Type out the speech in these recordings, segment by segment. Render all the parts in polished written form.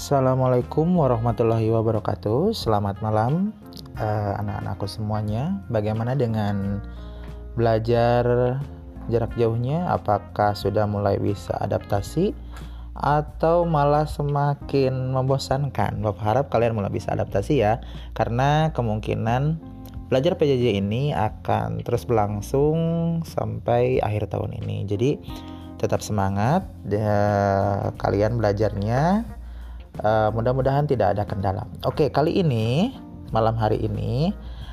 Assalamualaikum warahmatullahi wabarakatuh. Selamat malam anak-anakku semuanya. Bagaimana dengan belajar jarak jauhnya? Apakah sudah mulai bisa adaptasi atau malah semakin membosankan? Bapak harap kalian mulai bisa adaptasi ya, karena kemungkinan belajar PJJ ini akan terus berlangsung sampai akhir tahun ini. Jadi tetap semangat kalian belajarnya. Mudah-mudahan tidak ada kendala. Oke, kali ini malam hari ini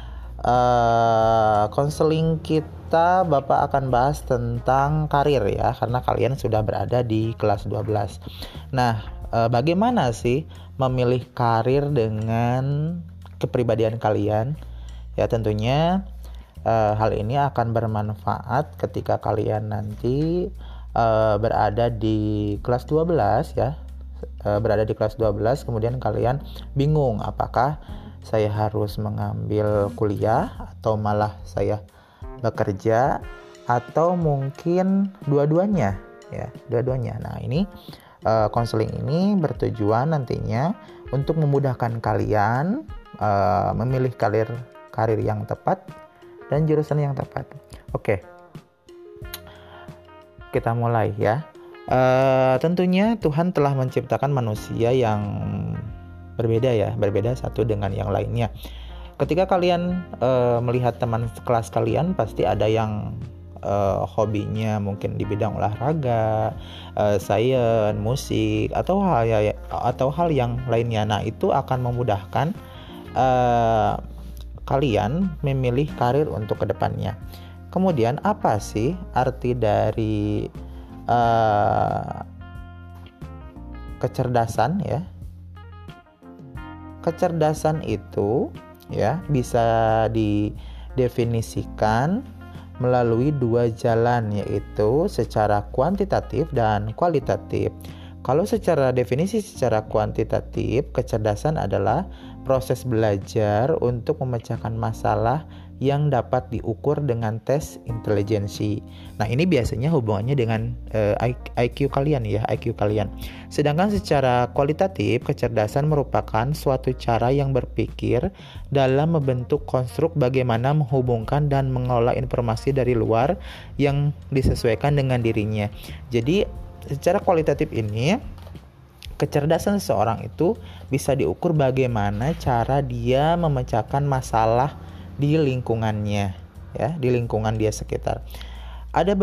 konseling kita Bapak akan bahas tentang karir ya, karena kalian sudah berada di kelas 12. Nah, bagaimana sih memilih karir dengan kepribadian kalian? Ya, tentunya hal ini akan bermanfaat ketika kalian nanti berada di kelas 12 ya. Berada di kelas 12, kemudian kalian bingung apakah saya harus mengambil kuliah atau malah saya bekerja atau mungkin dua-duanya ya, dua-duanya. Nah, ini konseling ini bertujuan nantinya untuk memudahkan kalian memilih karir yang tepat dan jurusan yang tepat. Oke. Kita mulai ya. Tentunya Tuhan telah menciptakan manusia yang berbeda satu dengan yang lainnya. Ketika kalian melihat teman kelas kalian, pasti ada yang hobinya mungkin di bidang olahraga, sains, musik, atau hal yang lainnya. Nah, itu akan memudahkan kalian memilih karir untuk kedepannya. Kemudian apa sih arti dari kecerdasan ya? Kecerdasan itu ya bisa didefinisikan melalui dua jalan, yaitu secara kuantitatif dan kualitatif. Kalau secara definisi secara kuantitatif, kecerdasan adalah proses belajar untuk memecahkan masalah yang dapat diukur dengan tes intelijensi. Nah, ini biasanya hubungannya dengan IQ kalian ya, IQ kalian. Sedangkan secara kualitatif, kecerdasan merupakan suatu cara yang berpikir dalam membentuk konstruk bagaimana menghubungkan dan mengelola informasi dari luar yang disesuaikan dengan dirinya. Jadi, secara kualitatif ini, kecerdasan seseorang itu bisa diukur bagaimana cara dia memecahkan masalah di lingkungannya ya, di lingkungan dia sekitar. Ada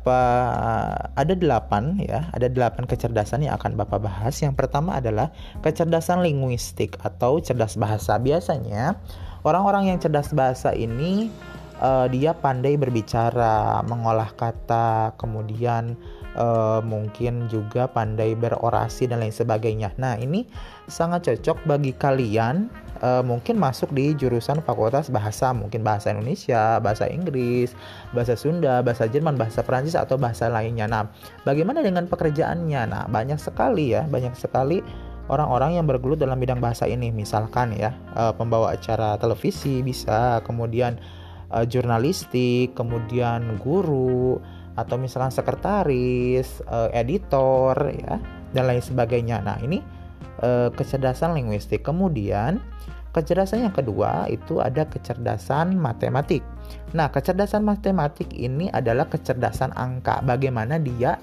8 kecerdasan yang akan Bapak bahas. Yang pertama adalah kecerdasan linguistik atau cerdas bahasa. Biasanya orang-orang yang cerdas bahasa ini dia pandai berbicara, mengolah kata, kemudian mungkin juga pandai berorasi dan lain sebagainya. Nah, ini sangat cocok bagi kalian mungkin masuk di jurusan fakultas bahasa, mungkin bahasa Indonesia, bahasa Inggris, bahasa Sunda, bahasa Jerman, bahasa Perancis, atau bahasa lainnya. Nah, bagaimana dengan pekerjaannya? Nah, banyak sekali orang-orang yang bergelut dalam bidang bahasa ini. Misalkan ya, pembawa acara televisi bisa, kemudian jurnalistik, kemudian guru, atau misalkan sekretaris, editor ya, dan lain sebagainya. Nah, ini kecerdasan linguistik. Kemudian kecerdasan yang kedua itu ada kecerdasan matematik. Nah, kecerdasan matematik ini adalah kecerdasan angka. Bagaimana dia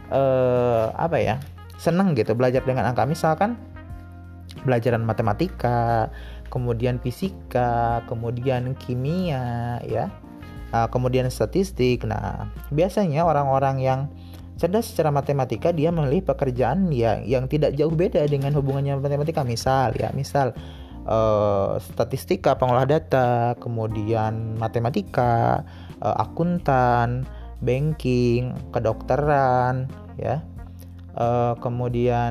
senang gitu belajar dengan angka. Misalkan pelajaran matematika, kemudian fisika, kemudian kimia ya, kemudian statistik. Nah, biasanya orang-orang yang cerdas secara matematika dia memilih pekerjaan yang tidak jauh beda dengan hubungannya matematika. Misal statistika, pengolah data, kemudian matematika, akuntan, banking, kedokteran ya, kemudian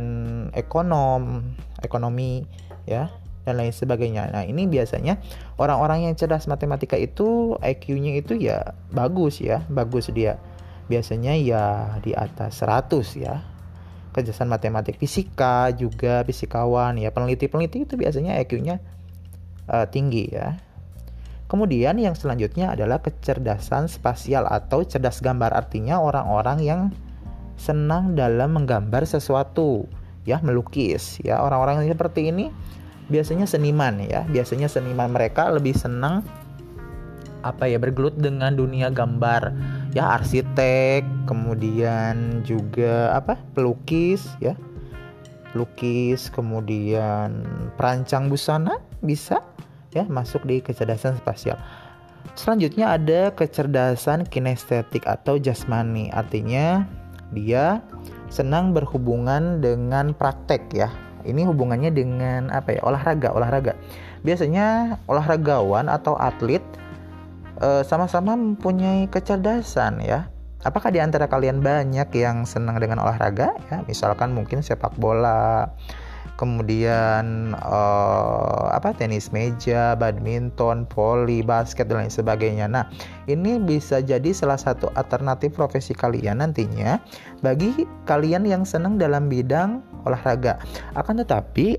ekonomi ya, dan lain sebagainya. Nah, ini biasanya orang-orang yang cerdas matematika itu IQ-nya itu ya bagus dia. Biasanya ya di atas 100 ya. Kecerdasan matematik. Fisika juga, fisikawan ya, peneliti itu biasanya IQ-nya tinggi ya. Kemudian yang selanjutnya adalah kecerdasan spasial atau cerdas gambar. Artinya orang-orang yang senang dalam menggambar sesuatu ya, melukis ya. Orang-orang yang seperti ini biasanya seniman ya. Biasanya seniman, mereka lebih senang bergelut dengan dunia gambar ya, arsitek, kemudian juga pelukis ya. Pelukis, kemudian perancang busana bisa ya masuk di kecerdasan spasial. Selanjutnya ada kecerdasan kinestetik atau jasmani. Artinya dia senang berhubungan dengan praktek ya. Ini hubungannya dengan olahraga. Biasanya olahragawan atau atlet sama-sama mempunyai kecerdasan ya. Apakah di antara kalian banyak yang senang dengan olahraga ya? Misalkan mungkin sepak bola, kemudian tenis meja, badminton, voli, basket dan lain sebagainya. Nah, ini bisa jadi salah satu alternatif profesi kalian nantinya bagi kalian yang senang dalam bidang olahraga. Akan tetapi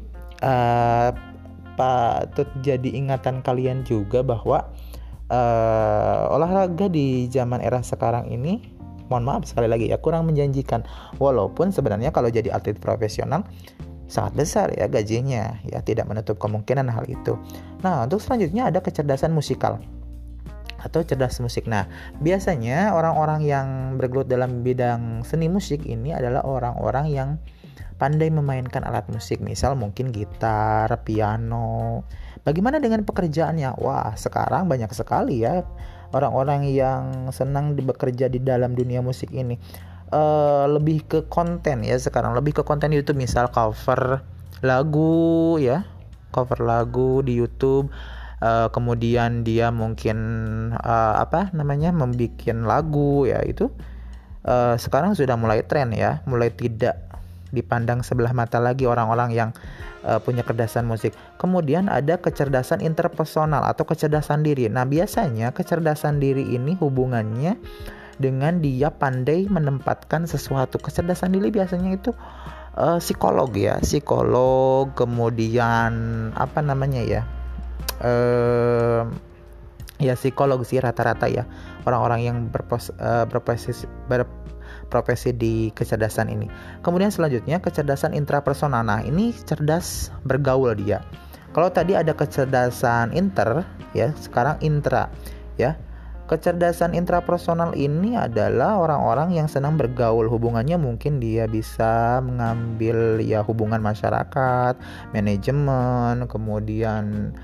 patut jadi ingatan kalian juga bahwa olahraga di zaman era sekarang ini, mohon maaf sekali lagi ya, kurang menjanjikan. Walaupun sebenarnya kalau jadi atlet profesional sangat besar ya gajinya ya, tidak menutup kemungkinan hal itu. Nah, untuk selanjutnya ada kecerdasan musikal atau cerdas musik. Nah, biasanya orang-orang yang bergelut dalam bidang seni musik ini adalah orang-orang yang pandai memainkan alat musik, misal mungkin gitar, piano. Bagaimana dengan pekerjaannya? Wah, sekarang banyak sekali ya orang-orang yang senang bekerja di dalam dunia musik ini. Lebih ke konten ya sekarang, lebih ke konten YouTube, misal cover lagu ya, cover lagu di YouTube. Kemudian dia mungkin membikin lagu ya, itu sekarang sudah mulai tren ya, mulai tidak dipandang sebelah mata lagi orang-orang yang punya kecerdasan musik. Kemudian ada kecerdasan interpersonal atau kecerdasan diri. Nah, biasanya kecerdasan diri ini hubungannya dengan dia pandai menempatkan sesuatu. Kecerdasan diri biasanya itu psikolog ya, psikolog, kemudian psikolog sih rata-rata ya, orang-orang yang berprofesi di kecerdasan ini. Kemudian selanjutnya kecerdasan intrapersonal. Nah, ini cerdas bergaul dia. Kalau tadi ada kecerdasan inter ya, sekarang intra ya. Kecerdasan intrapersonal ini adalah orang-orang yang senang bergaul. Hubungannya mungkin dia bisa mengambil ya hubungan masyarakat, manajemen, kemudian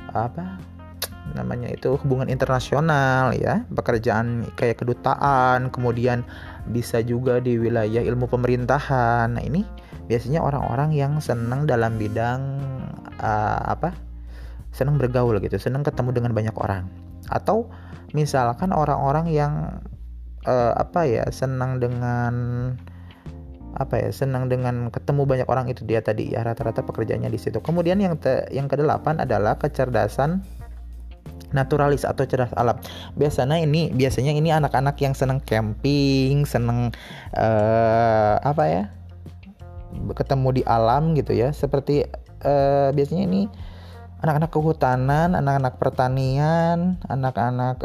hubungan internasional ya, pekerjaan kayak kedutaan, kemudian bisa juga di wilayah ilmu pemerintahan. Nah, ini biasanya orang-orang yang senang dalam bidang senang bergaul gitu, senang ketemu dengan banyak orang. Atau misalkan orang-orang yang senang dengan ketemu banyak orang, itu dia tadi ya, rata-rata pekerjaannya di situ. Kemudian yang kedelapan adalah kecerdasan naturalis atau cerdas alam. Biasanya ini anak-anak yang senang camping, senang ketemu di alam gitu ya. Seperti biasanya ini anak-anak kehutanan, anak-anak pertanian, anak-anak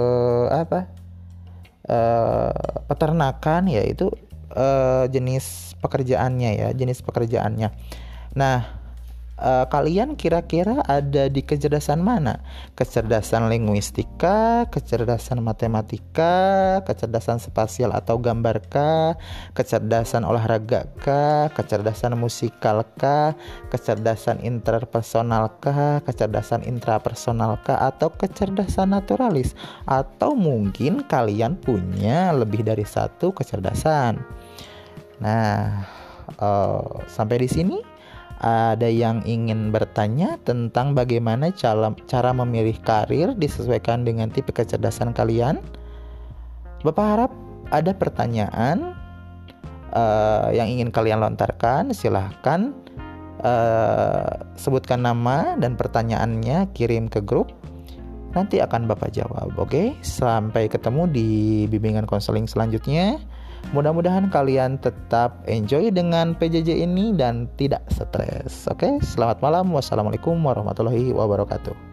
peternakan ya, itu jenis pekerjaannya. Nah, kalian kira-kira ada di kecerdasan mana? Kecerdasan linguistika, kecerdasan matematika, kecerdasan spasial atau gambar kah, kecerdasan olahraga kah, kecerdasan musikal kah, kecerdasan interpersonal kah, kecerdasan intrapersonal kah, atau kecerdasan naturalis? Atau mungkin kalian punya lebih dari satu kecerdasan? Nah, sampai di sini ada yang ingin bertanya tentang bagaimana cara memilih karir disesuaikan dengan tipe kecerdasan kalian? Bapak harap ada pertanyaan yang ingin kalian lontarkan. Silahkan sebutkan nama dan pertanyaannya, kirim ke grup. Nanti akan Bapak jawab. Oke, sampai ketemu di bimbingan konseling selanjutnya. Mudah-mudahan kalian tetap enjoy dengan PJJ ini dan tidak stres. Oke, selamat malam. Wassalamualaikum warahmatullahi wabarakatuh.